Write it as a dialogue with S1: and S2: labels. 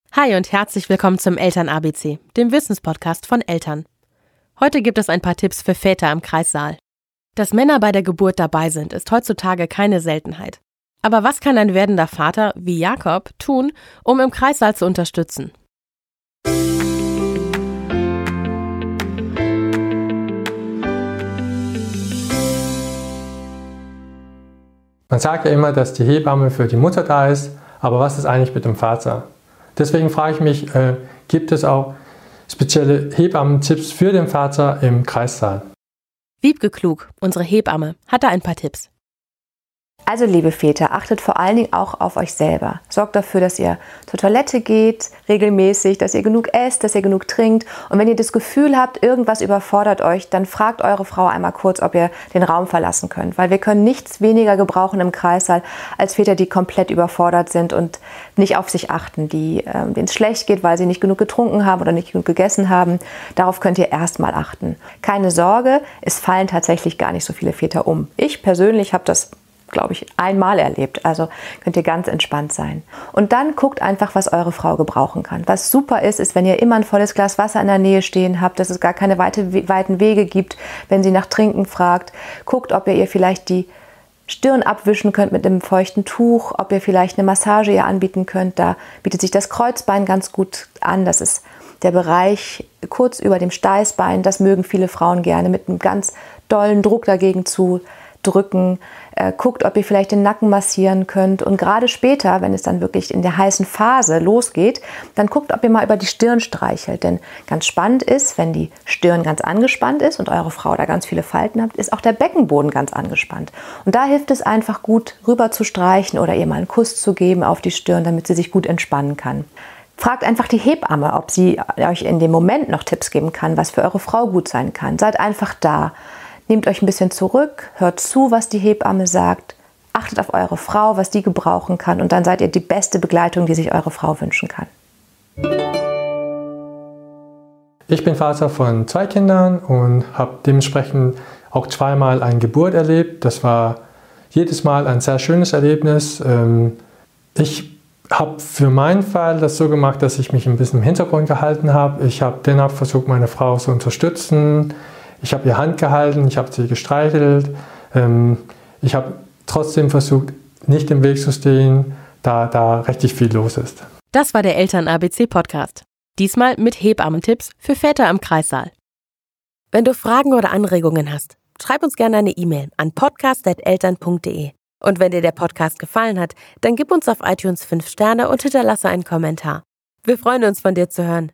S1: Hi und herzlich willkommen zum Eltern-ABC, dem Wissenspodcast von Eltern. Heute gibt es ein paar Tipps für Väter im Kreissaal. Dass Männer bei der Geburt dabei sind, ist heutzutage keine Seltenheit. Aber was kann ein werdender Vater wie Jakob tun, um im Kreissaal zu unterstützen?
S2: Man sagt ja immer, dass die Hebamme für die Mutter da ist, aber was ist eigentlich mit dem Vater? Deswegen frage ich mich, gibt es auch spezielle Hebammen-Tipps für den Vater im Kreissaal?
S1: Wiebke Klug, unsere Hebamme, hat da ein paar Tipps.
S3: Also liebe Väter, achtet vor allen Dingen auch auf euch selber. Sorgt dafür, dass ihr zur Toilette geht, regelmäßig, dass ihr genug esst, dass ihr genug trinkt. Und wenn ihr das Gefühl habt, irgendwas überfordert euch, dann fragt eure Frau einmal kurz, ob ihr den Raum verlassen könnt. Weil wir können nichts weniger gebrauchen im Kreissaal als Väter, die komplett überfordert sind und nicht auf sich achten, denen es schlecht geht, weil sie nicht genug getrunken haben oder nicht genug gegessen haben. Darauf könnt ihr erstmal achten. Keine Sorge, es fallen tatsächlich gar nicht so viele Väter um. Ich persönlich habe das, glaube ich, einmal erlebt. Also könnt ihr ganz entspannt sein. Und dann guckt einfach, was eure Frau gebrauchen kann. Was super ist, wenn ihr immer ein volles Glas Wasser in der Nähe stehen habt, dass es gar keine weiten Wege gibt, wenn sie nach Trinken fragt. Guckt, ob ihr vielleicht die Stirn abwischen könnt mit einem feuchten Tuch, ob ihr vielleicht eine Massage ihr anbieten könnt. Da bietet sich das Kreuzbein ganz gut an. Das ist der Bereich kurz über dem Steißbein. Das mögen viele Frauen gerne, mit einem ganz dollen Druck dagegen zu drücken. Guckt, ob ihr vielleicht den Nacken massieren könnt. Und gerade später, wenn es dann wirklich in der heißen Phase losgeht, dann guckt, ob ihr mal über die Stirn streichelt. Denn ganz spannend ist, wenn die Stirn ganz angespannt ist und eure Frau da ganz viele Falten habt, ist auch der Beckenboden ganz angespannt. Und da hilft es einfach gut, rüber zu streichen oder ihr mal einen Kuss zu geben auf die Stirn, damit sie sich gut entspannen kann. Fragt einfach die Hebamme, ob sie euch in dem Moment noch Tipps geben kann, was für eure Frau gut sein kann. Seid einfach da. Nehmt euch ein bisschen zurück, hört zu, was die Hebamme sagt, achtet auf eure Frau, was die gebrauchen kann und dann seid ihr die beste Begleitung, die sich eure Frau wünschen kann.
S2: Ich bin Vater von 2 Kindern und habe dementsprechend auch zweimal eine Geburt erlebt. Das war jedes Mal ein sehr schönes Erlebnis. Ich habe für meinen Fall das so gemacht, dass ich mich ein bisschen im Hintergrund gehalten habe. Ich habe dennoch versucht, meine Frau zu unterstützen. Ich habe ihr Hand gehalten, ich habe sie gestreichelt. Ich habe trotzdem versucht, nicht im Weg zu stehen, da richtig viel los ist.
S1: Das war der Eltern-ABC-Podcast. Diesmal mit Hebammentipps für Väter im Kreissaal. Wenn du Fragen oder Anregungen hast, schreib uns gerne eine E-Mail an podcast@eltern.de. Und wenn dir der Podcast gefallen hat, dann gib uns auf iTunes 5 Sterne und hinterlasse einen Kommentar. Wir freuen uns, von dir zu hören.